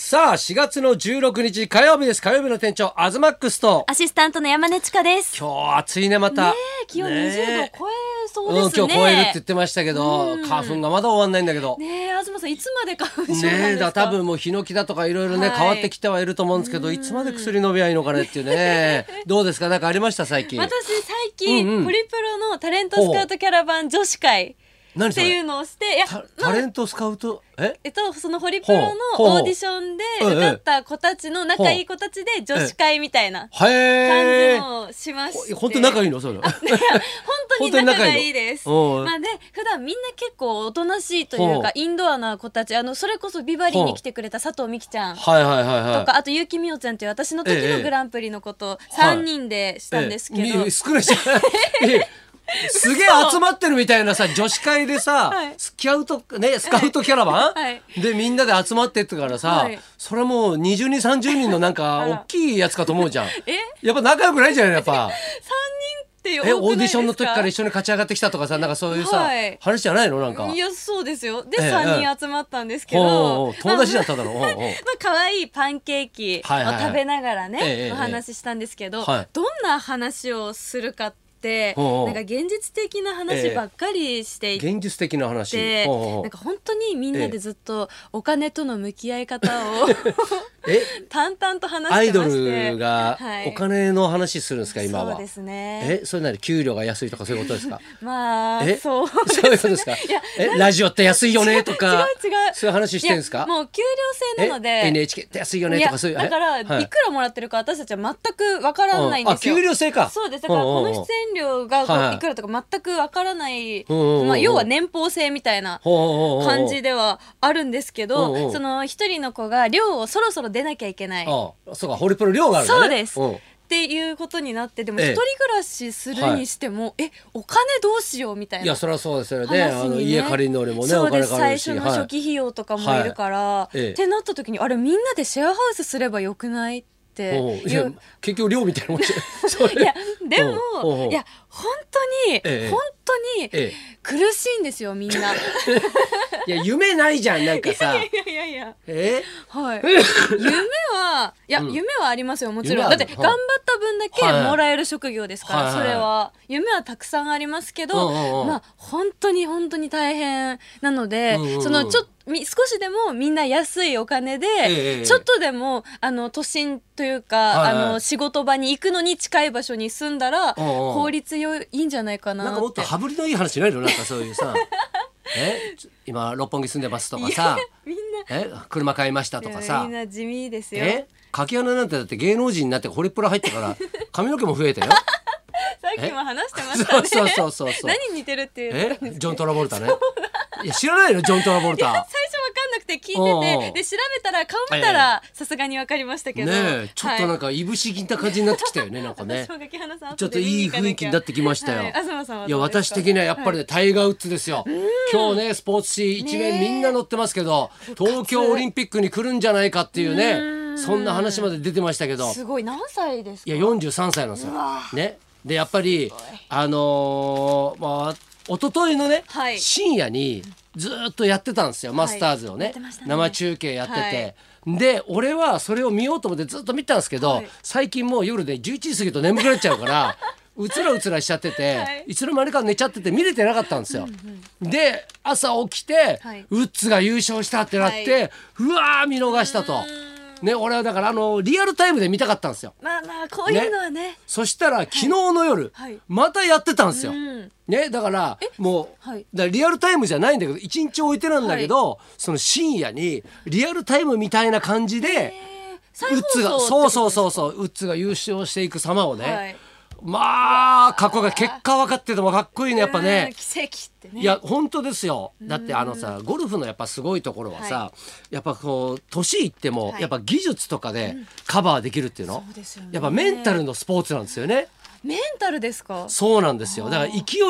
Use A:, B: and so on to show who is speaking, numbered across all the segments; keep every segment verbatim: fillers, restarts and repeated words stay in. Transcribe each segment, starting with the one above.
A: さあしがつのじゅうろくにち火曜日です。火曜日の店長アズマックスと
B: アシスタントの山根千佳です。
A: 今日暑いねまた、
B: ねえ気温にじゅうど超えそうですね、
A: うん、今日超えるって言ってましたけど、
B: うん、
A: 花粉がまだ終わんないんだけど
B: ねえ東さんいつまで花粉症なんですか。
A: ねえだ多分もうヒノキだとかいろいろね、はい、変わってきてはいると思うんですけど、いつまで薬飲みゃいいのかねっていうねどうですか、なんかありました最近。
B: 私最近、うんうん、ホリプロのタレントスカウトキャラバン女子会っていうのをして、いや
A: タ, タレントスカウトえ
B: えっとそのホリプロのオーディションで受かった子たちの仲いい子たちで女子会みたいな感じのをしまして。
A: 本当に仲いいのそれ。
B: 本当に仲がいいです。まあね、普段みんな結構おとなしいというかインドアな子たち、あのそれこそビバリーに来てくれた佐藤美希ちゃんとか、あと結城美桜ちゃんという私の時のグランプリのことさんにんでしたんですけど、ええええ、
A: 少ないじゃないすげえ集まってるみたいなさ女子会でさ、はい、スキャウトねスカウトキャラバン、はい、でみんなで集まってってからさ、はい、それもうにじゅうにんさんじゅうにんのなんか大きいやつかと思うじゃん。えやっぱ仲良くないじゃないやっぱさんにんって多くないですか。えオーディションの時から一緒に勝ち上がってきたとかさ、なんかそういうさ、はい、話じゃないのなんか。
B: いやそうですよ。で、ええ、さんにん集まったんですけど、
A: おうおう友達だっただろう。まあ
B: 可愛いパンケーキを食べながらね、はいはいはい、お話ししたんですけど、はい、どんな話をするかってなんか現実的な話ばっかりしていて、
A: ええ、現実的な話
B: なんか本当にみんなでずっとお金との向き合い方をえ淡々と話してまして、
A: アイドルがお金の話するんですか、はい、今は。
B: そうですね。
A: えそれなり給料が安いとかそういうことですか。
B: まあえそうです、ね、
A: そういうことですか。いやえラジオって安いよねとか
B: 違う違う
A: そういう話してるんですか。
B: もう給料制なので
A: エヌエイチケー って安いよねとかそういう。
B: だから、はい、いくらもらってるか私たちは全くわからないんですよ。
A: あ給料制か。
B: そうです。だからこの出演料がいくらとか全くわからない、まあ、要は年俸制みたいな感じではあるんですけど、その一人の子が寮をそろそろ出なきゃいけない。
A: ああそうかホリプロ寮があるんだね。
B: そうです。っていうことになって、でも一人暮らしするにしても、ええ、お金どうしようみたいな。
A: いやそりゃそうですよね。あの家借りるのにもね
B: そうです。
A: お金かかるし、
B: 最初の初期費用とかもいるから、はいはい、ってなった時にあれみんなでシェアハウスすればよくないって
A: いや結局寮みたいなもんじゃ
B: いやでもいや本当に、ええ、本当に苦しいんですよみんな。
A: いや夢ないじゃんなんかさ。
B: いやいやいやいや
A: え
B: はい夢はいや、うん、夢はありますよもちろん。だって頑張った分だけもらえる職業ですから、はい、それは夢はたくさんありますけど、はい、まあ本当に本当に大変なので、うんうん、そのちょっと少しでもみんな安いお金で、ええ、ちょっとでもあの都心というか、はいはい、あの仕事場に行くのに近い場所に住んだら効率よいいんじゃないかなって。
A: なんかもっと羽振りのいい話ないのなんかそういうさえ今六本木住んでますとかさ
B: みんな
A: え車買いましたとかさ
B: みんな地味ですよ。
A: え柿穴なんてだって芸能人になってホリプロ入ってから髪の毛も増えたよ。
B: さっきも話してましたね。
A: そうそうそうそう
B: 何似てるって言ったんですか。
A: ジョン・トラボルタね。いや知らないのジョン・トラボルタ。
B: 最初分かんなくて聞いてて、おうおうで調べたら顔見たらさすがに分かりましたけど、ね
A: えちょっとなんかいぶし銀な感じになってきたよねなんかね。ちょっといい雰囲気になってきましたよ。はい、東さんはいや私的にはやっぱりね、はい、タイガー・ウッズですよ。今日ねスポーツ紙一面みんな載ってますけど、東京オリンピックに来るんじゃないかっていうねそんな話まで出てましたけど。
B: すごい何歳ですか。
A: いやよんじゅうさんさいなんですよ。ねでやっぱりあのー、まあ一昨日のね、はい、深夜にずっとやってたんですよ、マスターズをね、はい、ね生中継やってて、はい、で俺はそれを見ようと思ってずっと見たんですけど、はい、最近もう夜でじゅういちじ過ぎると眠くなっちゃうからうつらうつらしちゃってて、はい、いつの間にか寝ちゃってて見れてなかったんですよ、うんうん、で朝起きて、はい、ウッズが優勝したってなって、はい、うわー見逃したと。ね、俺はだからあのリアルタイムで見たかったんですよ。
B: まあまあこういうのは ね, ね
A: そしたら昨日の夜、はい、またやってたんですよ、うんね、だからもう、はい、だからリアルタイムじゃないんだけどいちにち置いてなんだけど、はい、その深夜にリアルタイムみたいな感じでウッズがそうそうそうそうウッズが優勝していく様をね、はい、まあかっこいい結果分かっててもかっこいいねやっぱね。
B: 奇跡ってね。
A: いや本当ですよ。だってあのさゴルフのやっぱすごいところはさ、はい、やっぱこう年いっても、はい、やっぱ技術とかでカバーできるっていうの、そうですよね、やっぱメンタルのスポーツなんですよね。
B: メンタルですか。
A: そうなんですよ。だから勢い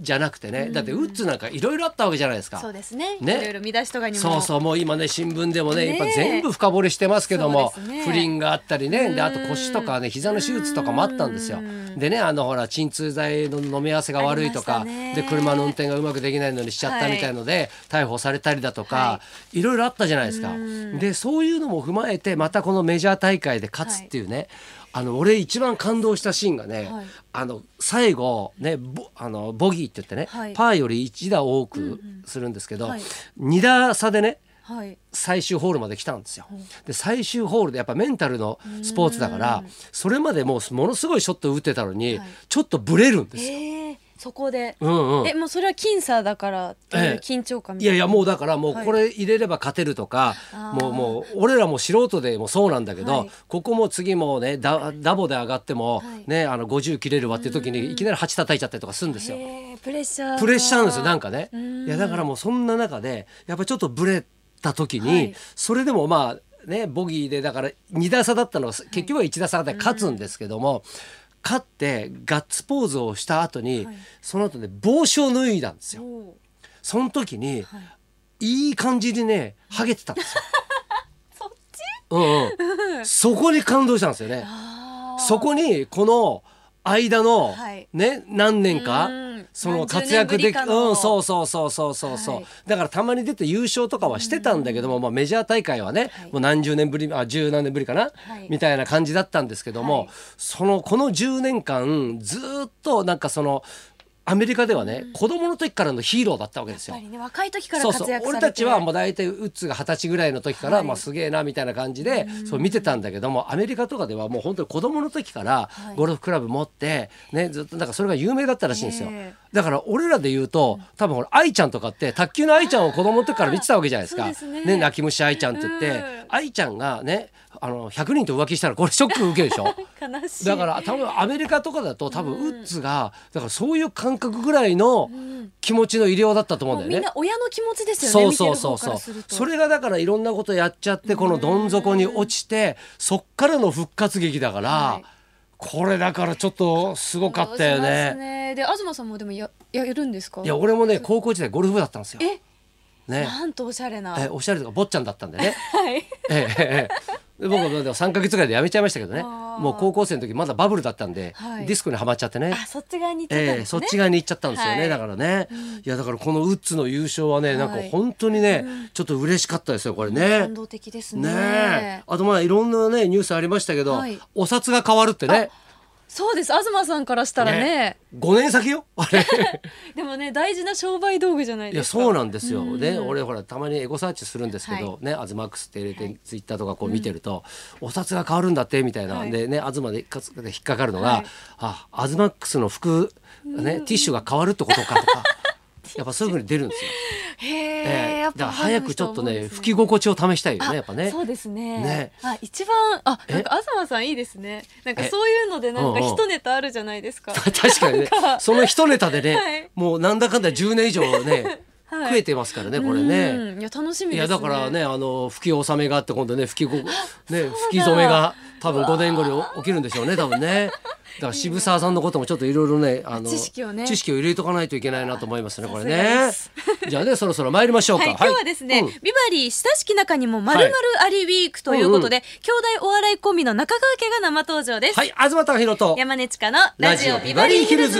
A: じゃなくてね、だってウッズなんかいろいろあったわけじゃないですか。
B: そうですね。
A: ね、
B: いろいろ見出しとかにも。
A: そうそう、もう今ね新聞でもね、
B: ね
A: やっぱ全部深掘りしてますけども、
B: ね、
A: 不倫があったりね、であと腰とかね膝の手術とかもあったんですよ。でね、あのほら鎮痛剤の飲み合わせが悪いとか、で車の運転がうまくできないのにしちゃったみたいので、はい、逮捕されたりだとか、はい、いろいろあったじゃないですか。でそういうのも踏まえてまたこのメジャー大会で勝つっていうね、はい、あの俺一番感動したシーンがね、はい、あの最後ね ボ, あのボギーって言ってね、はい、パーよりいち打多くするんですけど、うんうん、はい、に打差でね、はい、最終ホールまで来たんですよ。で最終ホールでやっぱメンタルのスポーツだからそれまでもうものすごいショット打ってたのに、はい、ちょっとブレるんですよ。
B: えーそこで、
A: うんうん、
B: えもうそれは僅差だからっていう緊張感みたいな、
A: ええ、いやいやもうだからもうこれ入れれば勝てるとか、はい、もうもう俺らも素人でもそうなんだけど、はい、ここも次もね ダ, ダボで上がっても、はい、ね、あのごじゅう切れるわっていう時にいきなりはち叩いちゃったりとかするんですよ。
B: プレッシャー
A: プレッシャーなんですよなんかね。いやだからもうそんな中でやっぱちょっとブレた時に、はい、それでもまあねボギーでだからに打差だったのが結局はいち打差で勝つんですけども、はい、勝ってガッツポーズをした後に、はい、その後ね帽子を脱いだんですよ。その時に、はい、いい感じにねハゲてたんですよ。
B: そっち、
A: うんうん、そこに感動したんですよね。そこにこの間の、はい、ね何年かその活躍でき、うん、そうそうそうそうそうそう、はい、だからたまに出て優勝とかはしてたんだけども、まあ、メジャー大会はね、はい、もう何十年ぶりあ十何年ぶりかな、はい、みたいな感じだったんですけども、はい、そのこのじゅうねんかんずっとなんかそのアメリカではね、うん、子供の時からのヒーローだったわけですよ。
B: やっぱりね、若い時から活躍されて、
A: そうそう俺たちはもう大体ウッズがはたちぐらいの時から、はい、まあ、すげえなみたいな感じで、うん、そう見てたんだけども、アメリカとかではもう本当に子供の時からゴルフクラブ持って、ね、ずっとなんかそれが有名だったらしいんですよ。だから俺らで言うと多分ほら愛ちゃんとかって卓球の愛ちゃんを子供の時から見てたわけじゃないですか。ですね、ね、泣き虫愛ちゃんって言って、うん、愛ちゃんがねあのひゃくにんと浮気したらこれショック受けるでしょ。
B: 悲しい。
A: だから多分アメリカとかだと多分ウッズがだからそういう感覚ぐらいの気持ちの入れようだったと思うんだよね。
B: みんな親の気持ちですよね。
A: そうそうそうそう。それがだからいろんなことやっちゃってこのどん底に落ちてそっからの復活劇だから、はい、これだからちょっとすごかったよね。
B: ねで東さんもでも や, やるんですか。
A: いや俺もね高校時代ゴルフ部だったんですよ。
B: え
A: ね、
B: なんとおしゃれな。
A: えおしゃれとか坊ちゃんだったんでね。
B: はい。
A: ええええ僕はさんかげつぐらいで辞めちゃいましたけどね。もう高校生の時まだバブルだったんで、はい、ディスコにはまっちゃってね。
B: あそっち側に行っちゃったんですね。えー、そっ
A: ち側に行っちゃったんですよね、はい、だからね、うん、いやだからこのウッズの優勝はね、はい、なんか本当にね、うん、ちょっと嬉しかったですよこれね。
B: 感動的ですね。
A: ねあとまあいろんなねニュースありましたけど、はい、お札が変わるってね。
B: そうです東さんからしたらね、ね
A: ごねん先よあれ
B: でもね大事な商売道具じゃないですか。
A: いやそうなんですよ。で俺ほらたまにエゴサーチするんですけど、はい、ねアズマックスって入れて、はい、ツイッターとかこう見てると、うん、お札が変わるんだってみたいな、はい、でねアズマで引っかかるのが、はい、あアズマックスの服、ね、ティッシュが変わるってことかとかやっぱそういう風に出るんですよ。
B: へえ、
A: えー、だから早くちょっとね拭き心地を試したいよねやっぱね。
B: そうですね。ねあ一番あなんか東さんいいですね。なんかそういうのでなんか一ネタあるじゃないですか。
A: 確かにねその一ネタでね、はい、もうなんだかんだじゅうねん以上ねはい、増えてますからねこれね。
B: いや楽しみですね。
A: いやだからねあの拭き納めがあって今度ね拭きごね拭き初めが多分ごねんごに起きるんでしょうね多分ね。だから渋沢さんのこともちょっといろいろねあの
B: 知識をね
A: 知識を入れとかないといけないなと思いますねこれね。じゃあねそろそろ参りましょうか。
B: はい、今日はですね、うん、ビバリー親しき中にもまるまるありウィークということで、はいうんうん、兄弟お笑いコンビの中川家が生登場です。
A: はい東貴博と
B: 山根千佳のラジオビバリーヒルズ。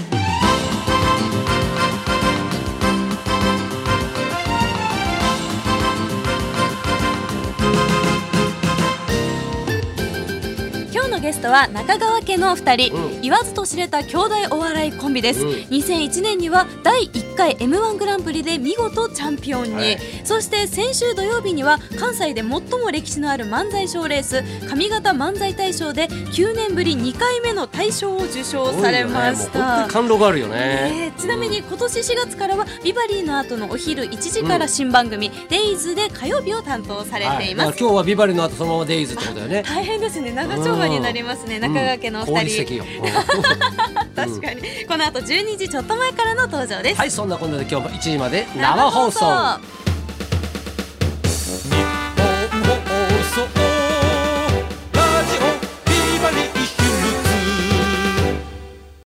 B: ゲストは中川家のふたり、うん、言わずと知れた兄弟お笑いコンビです、うん、にせんいちねんにはだいいっかい エムワン グランプリで見事チャンピオンに、はい、そして先週土曜日には関西で最も歴史のある漫才賞レース上方漫才大賞できゅうねんぶりにかいめの大賞を受賞されました。
A: ね、本当に感動があるよね、
B: えー、ちなみに今年しがつからはビバリーの後のお昼いちじから新番組、うん、デイズで火曜日を担当されています、
A: はい、今日はビバリーの後そのままデイズってことだよね。
B: 大変ですね長丁場になりますね、うん、中川家のお二人、うん、確かに、うん、この後じゅうにじちょっと前からの登場です。
A: はいそんなこんなで今日もいちじまで生放送。